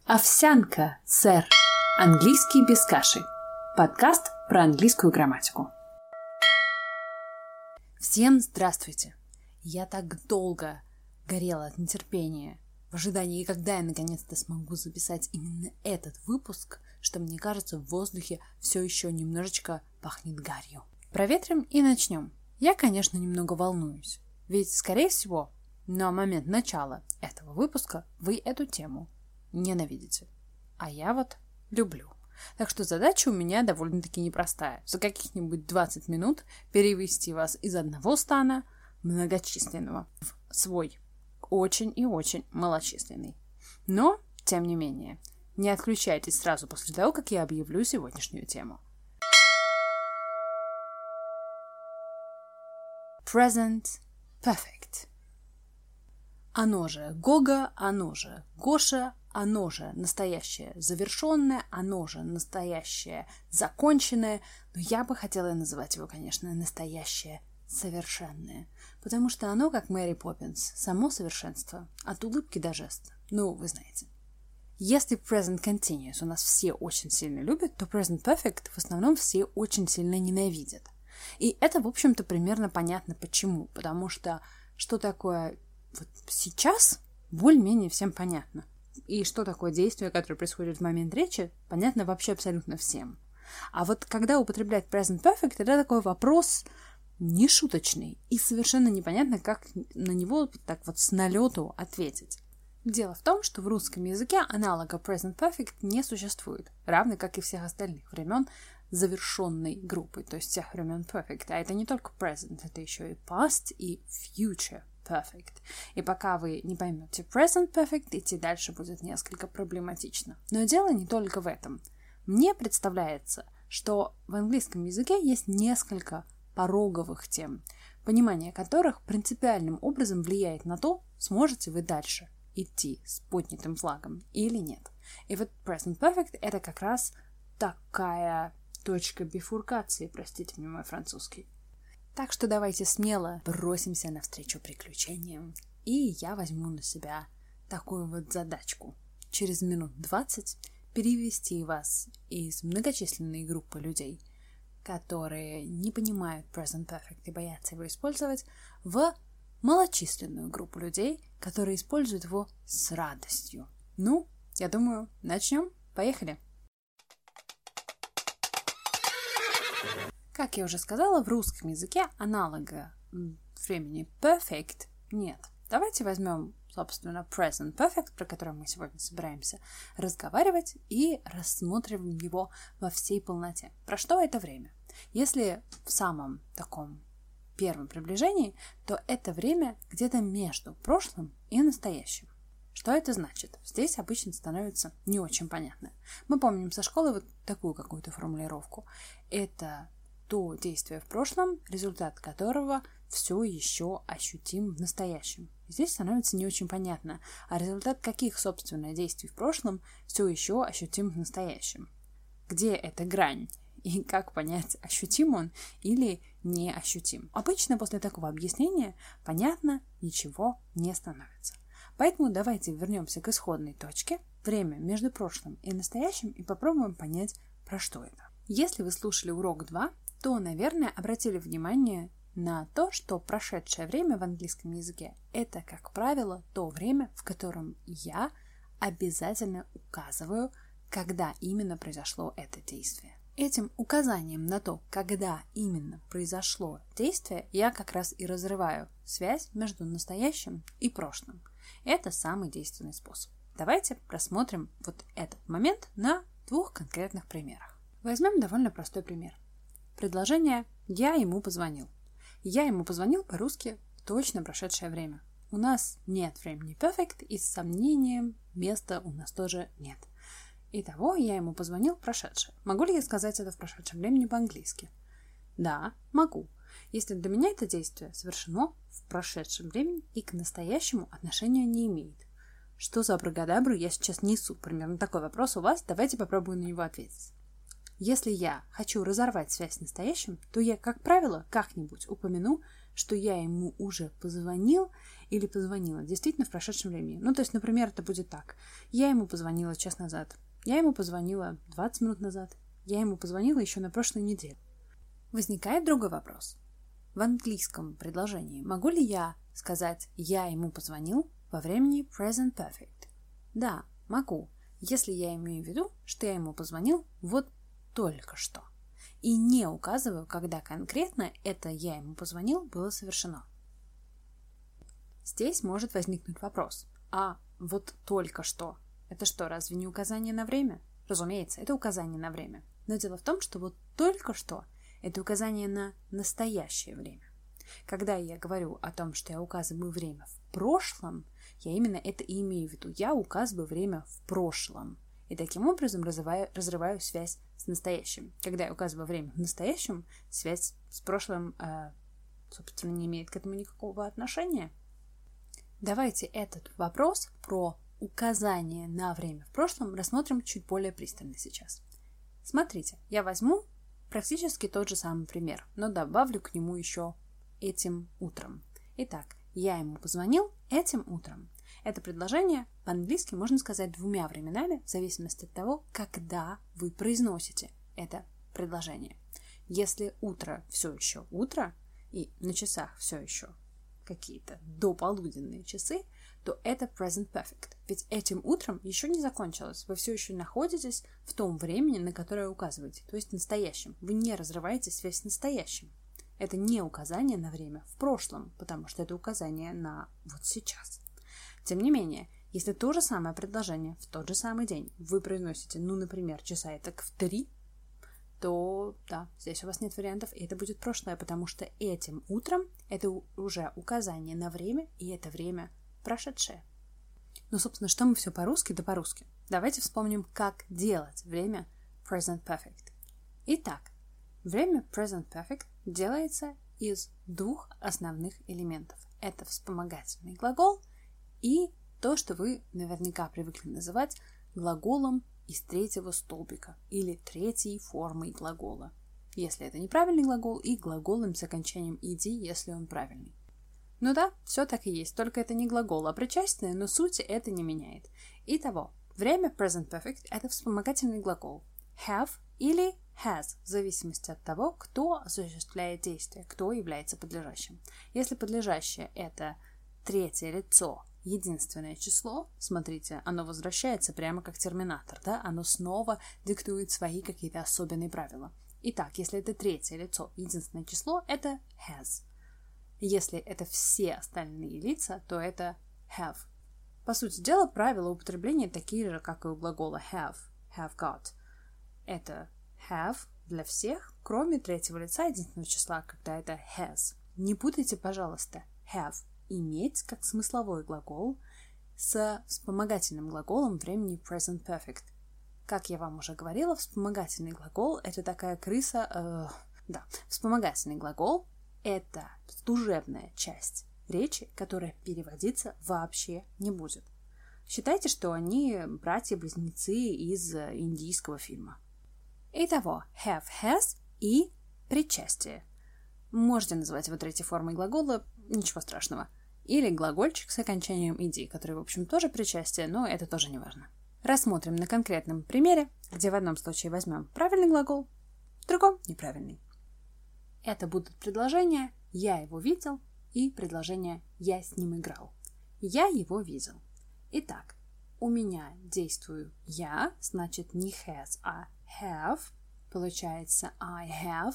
Овсянка, сэр. Английский без каши. Подкаст про английскую грамматику. Всем здравствуйте. Я так долго горела от нетерпения в ожидании, когда я наконец-то смогу записать именно этот выпуск, что, мне кажется, в воздухе все еще немножечко пахнет гарью. Проветрим и начнем. Я, конечно, немного волнуюсь, ведь, скорее всего, на момент начала этого выпуска вы эту тему ненавидите, а я вот люблю. Так что задача у меня довольно-таки непростая. За каких-нибудь 20 минут перевести вас из одного стана многочисленного в свой очень и очень малочисленный. Но, тем не менее, не отключайтесь сразу после того, как я объявлю сегодняшнюю тему. Present Perfect. Оно же Гога, оно же Гоша, оно же настоящее завершенное, оно же настоящее законченное, но я бы хотела называть его, конечно, настоящее совершенное, потому что оно, как Мэри Поппинс, само совершенство, от улыбки до жеста. Ну, вы знаете. Если Present Continuous у нас все очень сильно любят, то Present Perfect в основном все очень сильно ненавидят. И это, в общем-то, примерно понятно почему, потому что такое вот сейчас, более-менее всем понятно. И что такое действие, которое происходит в момент речи, понятно вообще абсолютно всем. А вот когда употреблять Present Perfect, это такой вопрос нешуточный, и совершенно непонятно, как на него так вот с налету ответить. Дело в том, что в русском языке аналога Present Perfect не существует, равно как и всех остальных времен завершенной группы, то есть всех времен Perfect. А это не только Present, это еще и Past и Future Perfect. И пока вы не поймете Present Perfect, идти дальше будет несколько проблематично. Но дело не только в этом. Мне представляется, что в английском языке есть несколько пороговых тем, понимание которых принципиальным образом влияет на то, сможете вы дальше идти с поднятым флагом или нет. И вот Present Perfect — это как раз такая точка бифуркации, простите мне мой французский. Так что давайте смело бросимся навстречу приключениям, и я возьму на себя такую вот задачку. Через минут 20 перевести вас из многочисленной группы людей, которые не понимают Present Perfect и боятся его использовать, в малочисленную группу людей, которые используют его с радостью. Ну, я думаю, начнем. Поехали! Как я уже сказала, в русском языке аналога времени perfect нет. Давайте возьмем, собственно, present perfect, про который мы сегодня собираемся разговаривать, и рассмотрим его во всей полноте. Про что это время? Если в самом таком первом приближении, то это время где-то между прошлым и настоящим. Что это значит? Здесь обычно становится не очень понятно. Мы помним со школы вот такую какую-то формулировку. Это то действие в прошлом, результат которого все еще ощутим в настоящем. Здесь становится не очень понятно, а результат каких, собственно, действий в прошлом все еще ощутим в настоящем. Где эта грань? И как понять, ощутим он или не ощутим? Обычно после такого объяснения понятно ничего не становится. Поэтому давайте вернемся к исходной точке, время между прошлым и настоящим, и попробуем понять, про что это. Если вы слушали урок 2, то, наверное, обратили внимание на то, что прошедшее время в английском языке – это, как правило, то время, в котором я обязательно указываю, когда именно произошло это действие. Этим указанием на то, когда именно произошло действие, я как раз и разрываю связь между настоящим и прошлым. Это самый действенный способ. Давайте рассмотрим вот этот момент на двух конкретных примерах. Возьмем довольно простой пример. Предложение «я ему позвонил». Я ему позвонил по-русски в точно прошедшее время. У нас нет времени perfect, и с сомнением места у нас тоже нет. Итого, я ему позвонил в прошедшее. Могу ли я сказать это в прошедшем времени по-английски? Да, могу. Если для меня это действие совершено в прошедшем времени и к настоящему отношения не имеет. Что за абракадабру я сейчас несу? Примерно такой вопрос у вас. Давайте попробуем на него ответить. Если я хочу разорвать связь с настоящим, то я, как правило, как-нибудь упомяну, что я ему уже позвонил или позвонила действительно в прошедшем времени. Ну, то есть, например, это будет так. Я ему позвонила час назад. Я ему позвонила 20 минут назад. Я ему позвонила еще на прошлой неделе. Возникает другой вопрос. В английском предложении могу ли я сказать «я ему позвонил» во времени present perfect? Да, могу, если я имею в виду, что я ему позвонил вот только что. И не указываю, когда конкретно это «я ему позвонил» было совершено. Здесь может возникнуть вопрос. А вот только что – это что, разве не указание на время? Разумеется, это указание на время. Но дело в том, что вот только что – это указание на настоящее время. Когда я говорю о том, что я указываю время в прошлом, я именно это и имею в виду. Я указываю время в прошлом. И таким образом разрываю связь с настоящим. Когда я указываю время в настоящем, связь с прошлым, собственно, не имеет к этому никакого отношения. Давайте этот вопрос про указание на время в прошлом рассмотрим чуть более пристально сейчас. Смотрите, я возьму практически тот же самый пример, но добавлю к нему еще этим утром. Итак, я ему позвонил этим утром. Это предложение по-английски можно сказать двумя временами, в зависимости от того, когда вы произносите это предложение. Если утро все еще утро, и на часах все еще какие-то дополуденные часы, то это present perfect. Ведь этим утром еще не закончилось. Вы все еще находитесь в том времени, на которое указываете, то есть настоящем. Вы не разрываете связь с настоящим. Это не указание на время в прошлом, потому что это указание на вот сейчас. Тем не менее, если то же самое предложение в тот же самый день вы произносите, например, часа так в 3, то да, здесь у вас нет вариантов, и это будет прошлое, потому что этим утром это уже указание на время, и это время прошедшее. Ну, собственно, что мы все по-русски, да по-русски. Давайте вспомним, как делать время present perfect. Итак, время present perfect делается из двух основных элементов. Это вспомогательный глагол и то, что вы наверняка привыкли называть глаголом из третьего столбика или третьей формой глагола, если это неправильный глагол, и глаголом с окончанием «ed», если он правильный. Ну да, все так и есть, только это не глагол, а причастие, но сути это не меняет. Итого, время present perfect – это вспомогательный глагол have или has, в зависимости от того, кто осуществляет действие, кто является подлежащим. Если подлежащее – это третье лицо, единственное число, смотрите, оно возвращается прямо как терминатор, да? Оно снова диктует свои какие-то особенные правила. Итак, если это третье лицо, единственное число, это has. Если это все остальные лица, то это have. По сути дела, правила употребления такие же, как и у глагола have got. Это have для всех, кроме третьего лица единственного числа, когда это has. Не путайте, пожалуйста, have иметь как смысловой глагол с вспомогательным глаголом времени present perfect. Как я вам уже говорила, вспомогательный глагол – это такая крыса... вспомогательный глагол – это служебная часть речи, которая переводиться вообще не будет. Считайте, что они братья-близнецы из индийского фильма. Итого, have, has и причастие. Можете называть его третьей формой глагола, ничего страшного. Или глагольчик с окончанием «ed», который, в общем, тоже причастие, но это тоже не важно. Рассмотрим на конкретном примере, где в одном случае возьмем правильный глагол, в другом – неправильный. Это будут предложения «я его видел» и предложение «я с ним играл». «Я его видел». Итак, у меня действую «я», значит не has, а have. Получается I have.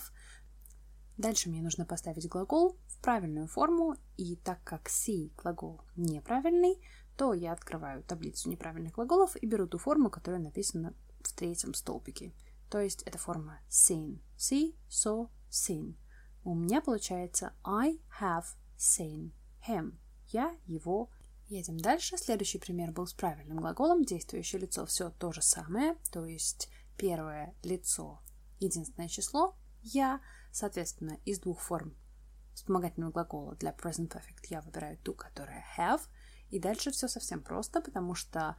Дальше мне нужно поставить глагол в правильную форму, и так как see глагол неправильный, то я открываю таблицу неправильных глаголов и беру ту форму, которая написана в третьем столбике. То есть это форма seen. See, saw, seen. У меня получается I have seen him. Я его... Едем дальше. Следующий пример был с правильным глаголом. Действующее лицо все то же самое, то есть первое лицо, единственное число, я. Соответственно, из двух форм вспомогательного глагола для present perfect я выбираю ту, которая have. И дальше все совсем просто, потому что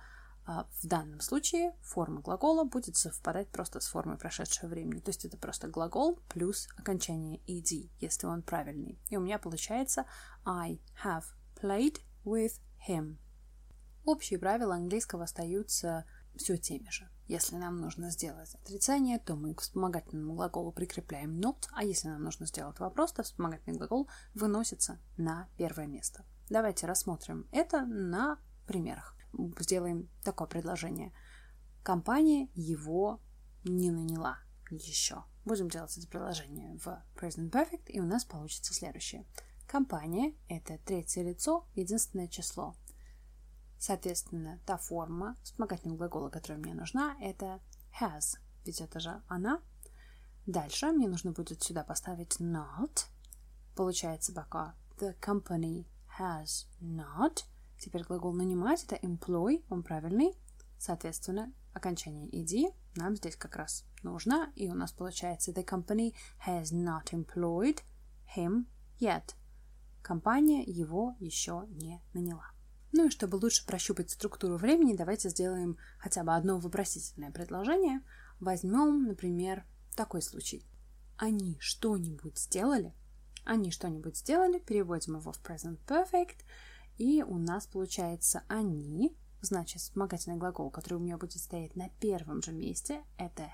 В данном случае форма глагола будет совпадать просто с формой прошедшего времени. То есть это просто глагол плюс окончание ed, если он правильный. И у меня получается I have played with him. Общие правила английского остаются все теми же. Если нам нужно сделать отрицание, то мы к вспомогательному глаголу прикрепляем not, а если нам нужно сделать вопрос, то вспомогательный глагол выносится на первое место. Давайте рассмотрим это на примерах. Сделаем такое предложение. Компания его не наняла еще. Будем делать это предложение в present perfect, и у нас получится следующее. Компания – это третье лицо, единственное число. Соответственно, та форма вспомогательного глагола, которая мне нужна, это has, ведь это же она. Дальше мне нужно будет сюда поставить not. Получается пока the company has not. Теперь глагол нанимать, это employ, он правильный. Соответственно, окончание ed нам здесь как раз нужно. И у нас получается the company has not employed him yet. Компания его еще не наняла. Ну и чтобы лучше прощупать структуру времени, давайте сделаем хотя бы одно вопросительное предложение. Возьмем, например, такой случай. Они что-нибудь сделали? Они что-нибудь сделали, переводим его в present perfect. И у нас получается они, значит, вспомогательный глагол, который у меня будет стоять на первом же месте, это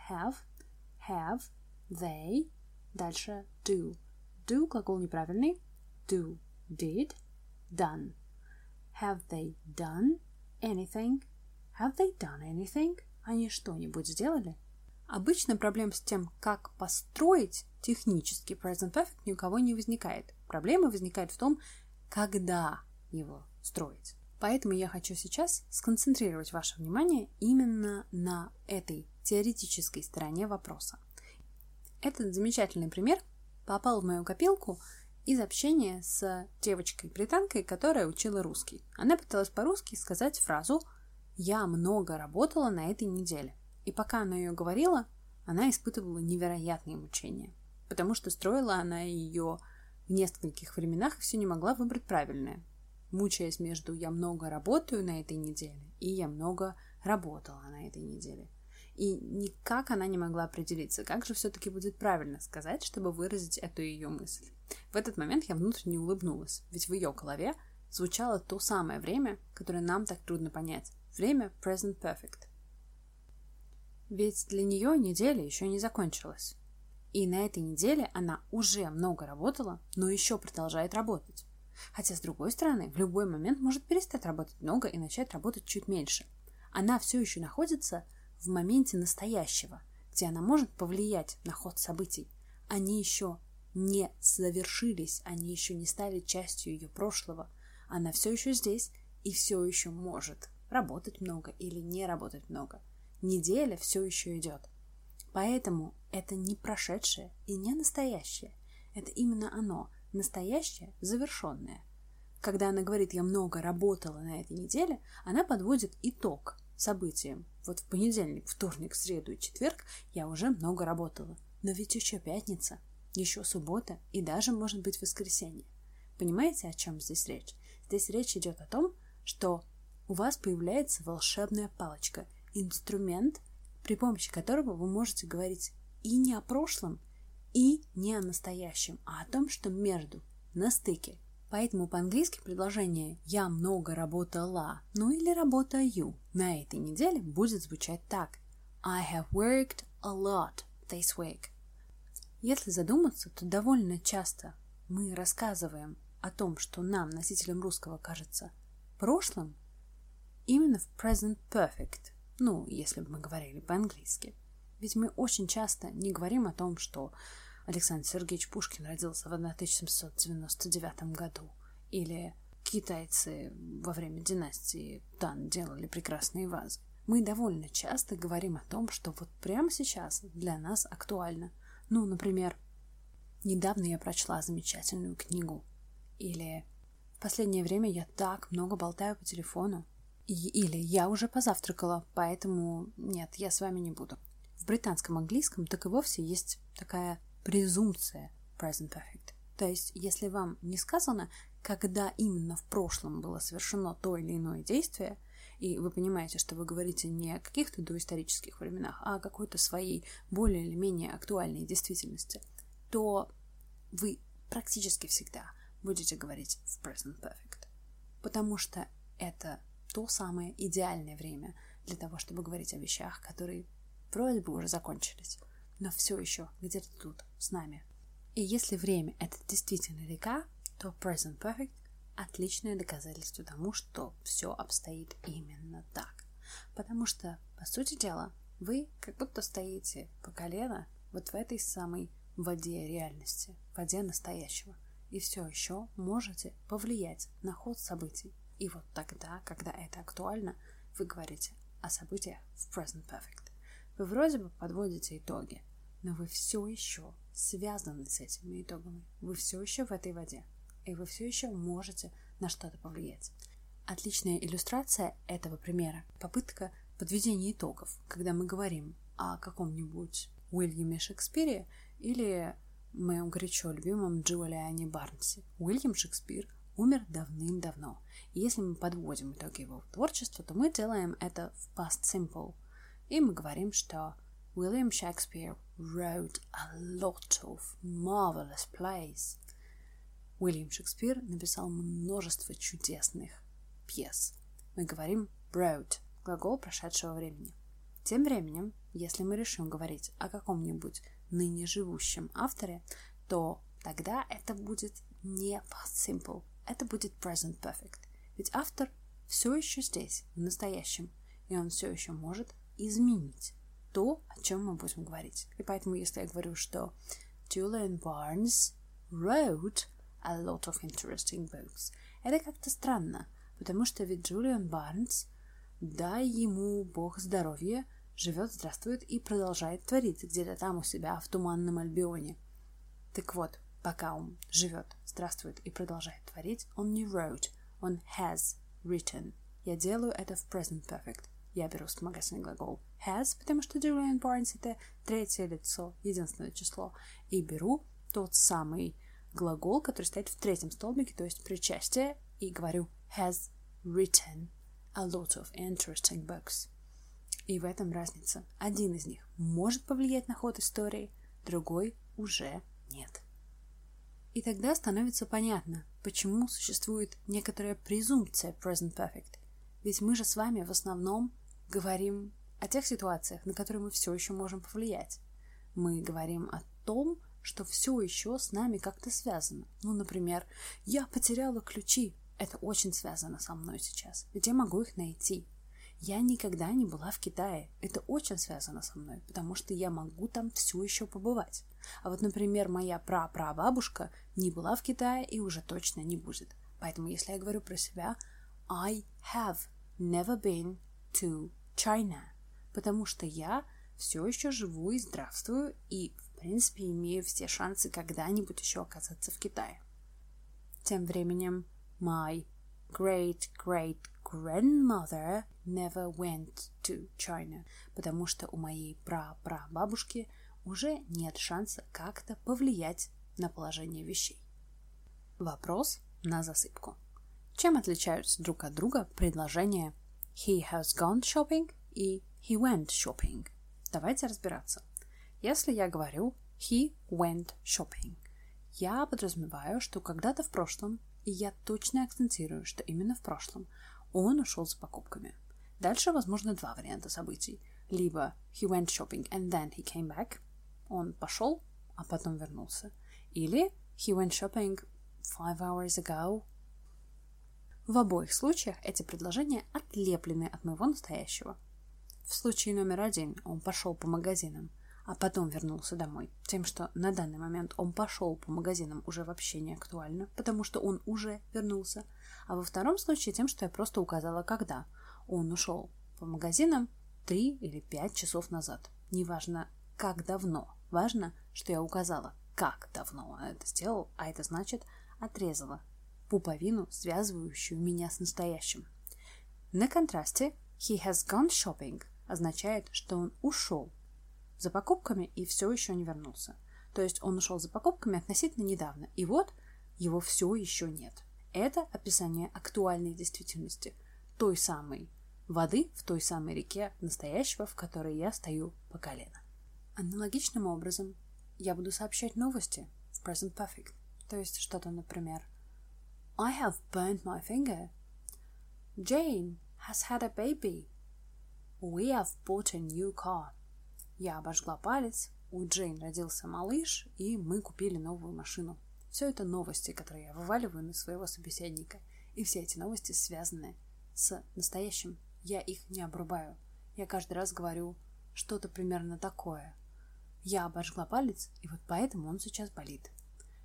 have, they, дальше do. Do глагол неправильный, do, did, done. Have they done anything? Have they done anything? Они что-нибудь сделали? Обычно проблем с тем, как построить технически present perfect, ни у кого не возникает. Проблема возникает в том, когда его строить. Поэтому я хочу сейчас сконцентрировать ваше внимание именно на этой теоретической стороне вопроса. Этот замечательный пример попал в мою копилку из общения с девочкой-британкой, которая учила русский. Она пыталась по-русски сказать фразу «Я много работала на этой неделе». И пока она ее говорила, она испытывала невероятные мучения, потому что строила она ее в нескольких временах и все не могла выбрать правильное, мучаясь между «я много работаю на этой неделе» и «я много работала на этой неделе». И никак она не могла определиться, как же все-таки будет правильно сказать, чтобы выразить эту ее мысль. В этот момент я внутренне улыбнулась, ведь в ее голове звучало то самое время, которое нам так трудно понять. Время present perfect. Ведь для нее неделя еще не закончилась. И на этой неделе она уже много работала, но еще продолжает работать. Хотя, с другой стороны, в любой момент может перестать работать много и начать работать чуть меньше. Она все еще находится в моменте настоящего, где она может повлиять на ход событий. Они еще не завершились, они еще не стали частью ее прошлого. Она все еще здесь и все еще может работать много или не работать много. Неделя все еще идет. Поэтому это не прошедшее и не настоящее. Это именно оно, настоящее, завершенное. Когда она говорит «я много работала на этой неделе», она подводит итог событиям. Вот в понедельник, вторник, среду и четверг я уже много работала. Но ведь еще пятница, еще суббота и даже, может быть, воскресенье. Понимаете, о чем здесь речь? Здесь речь идет о том, что у вас появляется волшебная палочка, инструмент, при помощи которого вы можете говорить и не о прошлом, и не о настоящем, а о том, что между, на стыке. Поэтому по-английски предложение «я много работала», ну или «работаю» на этой неделе будет звучать так: I have worked a lot this week. Если задуматься, то довольно часто мы рассказываем о том, что нам, носителям русского, кажется прошлым, именно в present perfect, ну, если бы мы говорили по-английски. Ведь мы очень часто не говорим о том, что Александр Сергеевич Пушкин родился в 1799 году, или китайцы во время династии Тан делали прекрасные вазы. Мы довольно часто говорим о том, что вот прямо сейчас для нас актуально. Ну, например, недавно я прочла замечательную книгу, или в последнее время я так много болтаю по телефону, или я уже позавтракала, поэтому нет, я с вами не буду. В британском английском так и вовсе есть такая презумпция present perfect. То есть, если вам не сказано, когда именно в прошлом было совершено то или иное действие, и вы понимаете, что вы говорите не о каких-то доисторических временах, а о какой-то своей более или менее актуальной действительности, то вы практически всегда будете говорить в present perfect, потому что это то самое идеальное время для того, чтобы говорить о вещах, которые вроде бы уже закончились, но все еще где-то тут с нами. И если время — это действительно река, то present perfect — отличное доказательство тому, что все обстоит именно так. Потому что, по сути дела, вы как будто стоите по колено вот в этой самой воде реальности, воде настоящего, и все еще можете повлиять на ход событий. И вот тогда, когда это актуально, вы говорите о событиях в present perfect. Вы вроде бы подводите итоги, но вы все еще связаны с этими итогами. Вы все еще в этой воде, и вы все еще можете на что-то повлиять. Отличная иллюстрация этого примера — попытка подведения итогов, когда мы говорим о каком-нибудь Уильяме Шекспире или моем горячо любимом Джулиане Барнсе. Уильям Шекспир умер давным-давно. И если мы подводим итоги его творчества, то мы делаем это в past simple. И мы говорим, что William Shakespeare wrote a lot of marvelous plays. Уильям Шекспир написал множество чудесных пьес. Мы говорим wrote, глагол прошедшего времени. Тем временем, если мы решим говорить о каком-нибудь ныне живущем авторе, то тогда это будет не past simple, это будет present perfect. Ведь автор все еще здесь, в настоящем, и он все еще может изменить то, о чем мы будем говорить. И поэтому, если я говорю, что Julian Barnes wrote a lot of interesting books, это как-то странно, потому что ведь Julian Barnes, дай ему Бог здоровья, живет, здравствует и продолжает творить где-то там у себя в Туманном Альбионе. Так вот, пока он живет, здравствует и продолжает творить, он не wrote, он has written. Я делаю это в present perfect. Я беру вспомогательный глагол has, потому что Julian Barnes — это третье лицо, единственное число, и беру тот самый глагол, который стоит в третьем столбике, то есть причастие, и говорю has written a lot of interesting books. И в этом разница. Один из них может повлиять на ход истории, другой уже нет. И тогда становится понятно, почему существует некоторая презумпция present perfect. Ведь мы же с вами в основном говорим о тех ситуациях, на которые мы все еще можем повлиять. Мы говорим о том, что все еще с нами как-то связано. Ну, например, я потеряла ключи. Это очень связано со мной сейчас. Ведь я могу их найти. Я никогда не была в Китае. Это очень связано со мной, потому что я могу там все еще побывать. А вот, например, моя прапрабабушка не была в Китае и уже точно не будет. Поэтому, если я говорю про себя, I have never been to China, потому что я все еще живу и здравствую и, в принципе, имею все шансы когда-нибудь еще оказаться в Китае. Тем временем, my great-great-grandmother never went to China, потому что у моей прапрабабушки уже нет шанса как-то повлиять на положение вещей. Вопрос на засыпку. Чем отличаются друг от друга предложения he has gone shopping и he went shopping? Давайте разбираться. Если я говорю he went shopping, я подразумеваю, что когда-то в прошлом, и я точно акцентирую, что именно в прошлом, он ушел за покупками. Дальше, возможно, два варианта событий. Либо he went shopping and then he came back. Он пошел, а потом вернулся. Или he went shopping 5 hours ago. В обоих случаях эти предложения отлеплены от моего настоящего. В случае номер 1 он пошел по магазинам, а потом вернулся домой. Тем, что на данный момент он пошел по магазинам, уже вообще не актуально, потому что он уже вернулся. А во втором случае тем, что я просто указала, когда он ушел по магазинам 3 или 5 часов назад. Неважно, как давно. Важно, что я указала, как давно он это сделал, а это значит отрезала пуповину, связывающую меня с настоящим. На контрасте he has gone shopping означает, что он ушел за покупками и все еще не вернулся. То есть он ушел за покупками относительно недавно, и вот его все еще нет. Это описание актуальной действительности, той самой воды в той самой реке настоящего, в которой я стою по колено. Аналогичным образом я буду сообщать новости в present perfect. То есть что-то, например, I have burnt my finger. Jane has had a baby. We have bought a new car. Я обожгла палец, у Джейн родился малыш, и мы купили новую машину. Все это новости, которые я вываливаю на своего собеседника. И все эти новости связаны с настоящим. Я их не обрубаю. Я каждый раз говорю что-то примерно такое. Я обожгла палец, и вот поэтому он сейчас болит.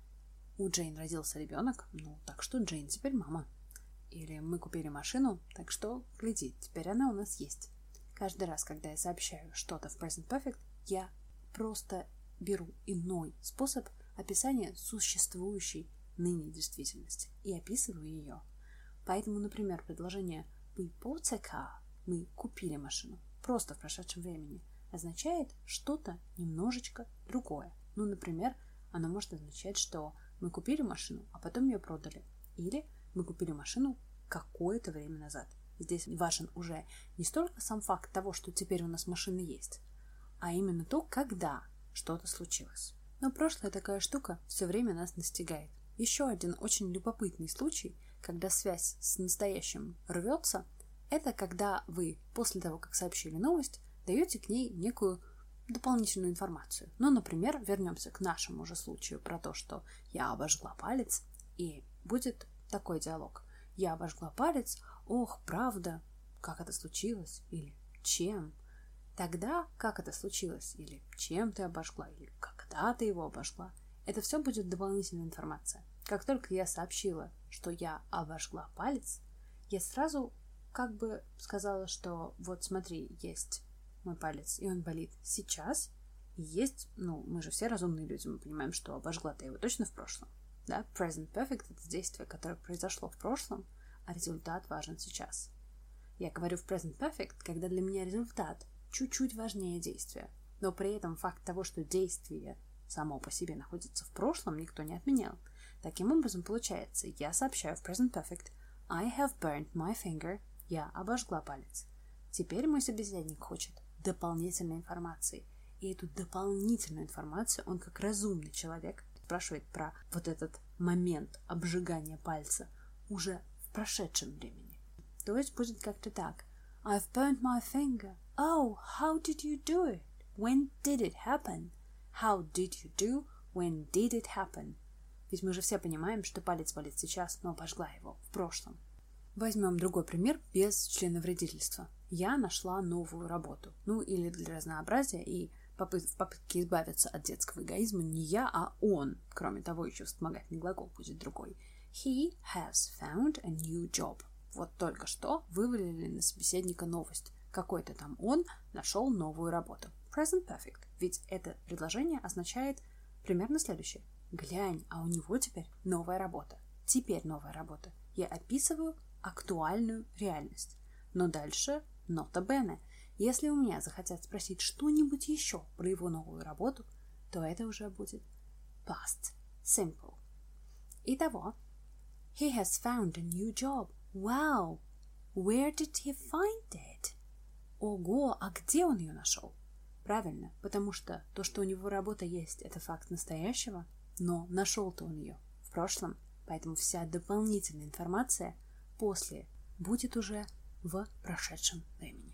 У Джейн родился ребенок, так что Джейн теперь мама. Или мы купили машину, так что, гляди, теперь она у нас есть. Каждый раз, когда я сообщаю что-то в present perfect, я просто беру иной способ описания существующей ныне действительности и описываю ее. Поэтому, например, предложение we bought a car, мы купили машину, просто в прошедшем времени, означает что-то немножечко другое. Например, оно может означать, что мы купили машину, а потом ее продали. Или мы купили машину какое-то время назад. Здесь важен уже не столько сам факт того, что теперь у нас машина есть, а именно то, когда что-то случилось. Но прошлая такая штука все время нас настигает. Еще один очень любопытный случай, когда связь с настоящим рвется, это когда вы после того, как сообщили новость, даете к ней некую дополнительную информацию. Например, вернемся к нашему же случаю про то, что я обожгла палец, и будет такой диалог. Я обожгла палец, ох, правда, как это случилось, или чем? Тогда, как это случилось, или чем ты обожгла, или когда ты его обожгла, это все будет дополнительная информация. Как только я сообщила, что я обожгла палец, я сразу как бы сказала, что вот смотри, есть мой палец, и он болит сейчас, и есть, мы же все разумные люди, мы понимаем, что обожгла ты его точно в прошлом. Да? Present perfect — это действие, которое произошло в прошлом, а результат важен сейчас. Я говорю в present perfect, когда для меня результат чуть-чуть важнее действия, но при этом факт того, что действие само по себе находится в прошлом, никто не отменял. Таким образом, получается, я сообщаю в present perfect I have burnt my finger, я обожгла палец. Теперь мой собеседник хочет дополнительной информации, и эту дополнительную информацию он, как разумный человек, спрашивает про вот этот момент обжигания пальца уже в прошедшем времени. То есть будет как-то так. I've burnt my finger. Oh, how did you do it? When did it happen? How did you do? When did it happen? Ведь мы же все понимаем, что палец болит сейчас, но обожгла его в прошлом. Возьмем другой пример без членовредительства. Я нашла новую работу. Или для разнообразия и в попытке избавиться от детского эгоизма не я, а он. Кроме того, еще вспомогательный глагол будет другой. He has found a new job. Вот только что вывалили на собеседника новость. Какой-то там он нашел новую работу. Present perfect. Ведь это предложение означает примерно следующее. Глянь, а у него теперь новая работа. Теперь новая работа. Я описываю актуальную реальность. Но дальше nota bene. Если у меня захотят спросить что-нибудь еще про его новую работу, то это уже будет past simple. Итого, he has found a new job. Wow! Where did he find it? Ого, а где он ее нашел? Правильно, потому что то, что у него работа есть, это факт настоящего, но нашел-то он ее в прошлом, поэтому вся дополнительная информация после будет уже в прошедшем времени.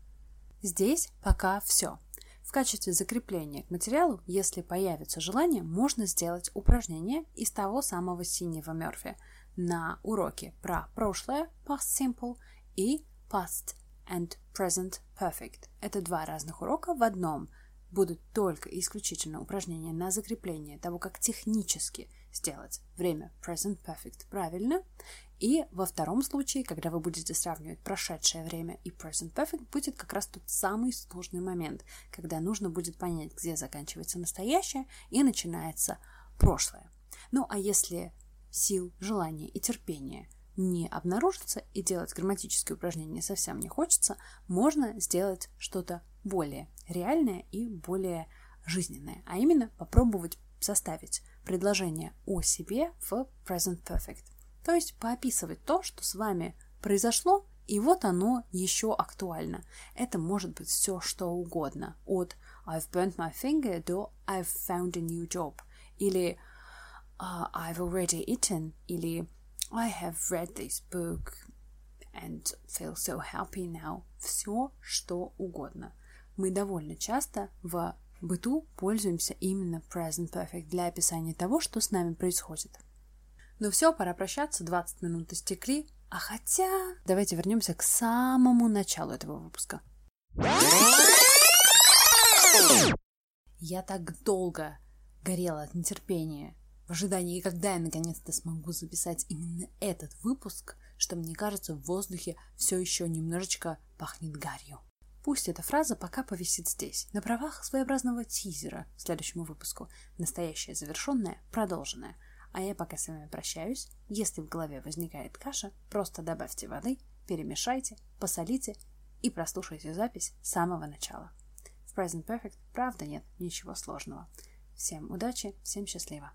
Здесь пока все. В качестве закрепления к материалу, если появится желание, можно сделать упражнение из того самого синего Мёрфи на уроке про прошлое past simple и past and present perfect. Это два разных урока. В одном будут только и исключительно упражнения на закрепление того, как технически сделать время present perfect правильно. И во втором случае, когда вы будете сравнивать прошедшее время и present perfect, будет как раз тот самый сложный момент, когда нужно будет понять, где заканчивается настоящее и начинается прошлое. А если сил, желания и терпения не обнаружится и делать грамматические упражнения совсем не хочется, можно сделать что-то более реальное и более жизненное, а именно попробовать составить предложение о себе в present perfect. То есть поописывать то, что с вами произошло И вот оно еще актуально. Это может быть все, что угодно. От I've burnt my finger до I've found a new job. Или I've already eaten. Или I have read this book and feel so happy now. Все, что угодно. Мы довольно часто в быту пользуемся именно present perfect для описания того, что с нами происходит. Ну все, пора прощаться, 20 минут истекли. А хотя... Давайте вернемся к самому началу этого выпуска. Я так долго горела от нетерпения в ожидании, когда я наконец-то смогу записать именно этот выпуск, что, мне кажется, в воздухе все еще немножечко пахнет гарью. Пусть эта фраза пока повисит здесь, на правах своеобразного тизера к следующему выпуску. Настоящее, завершенное, продолженное. А я пока с вами прощаюсь. Если в голове возникает каша, просто добавьте воды, перемешайте, посолите и прослушайте запись с самого начала. В Present Perfect, правда, нет ничего сложного. Всем удачи, всем счастливо!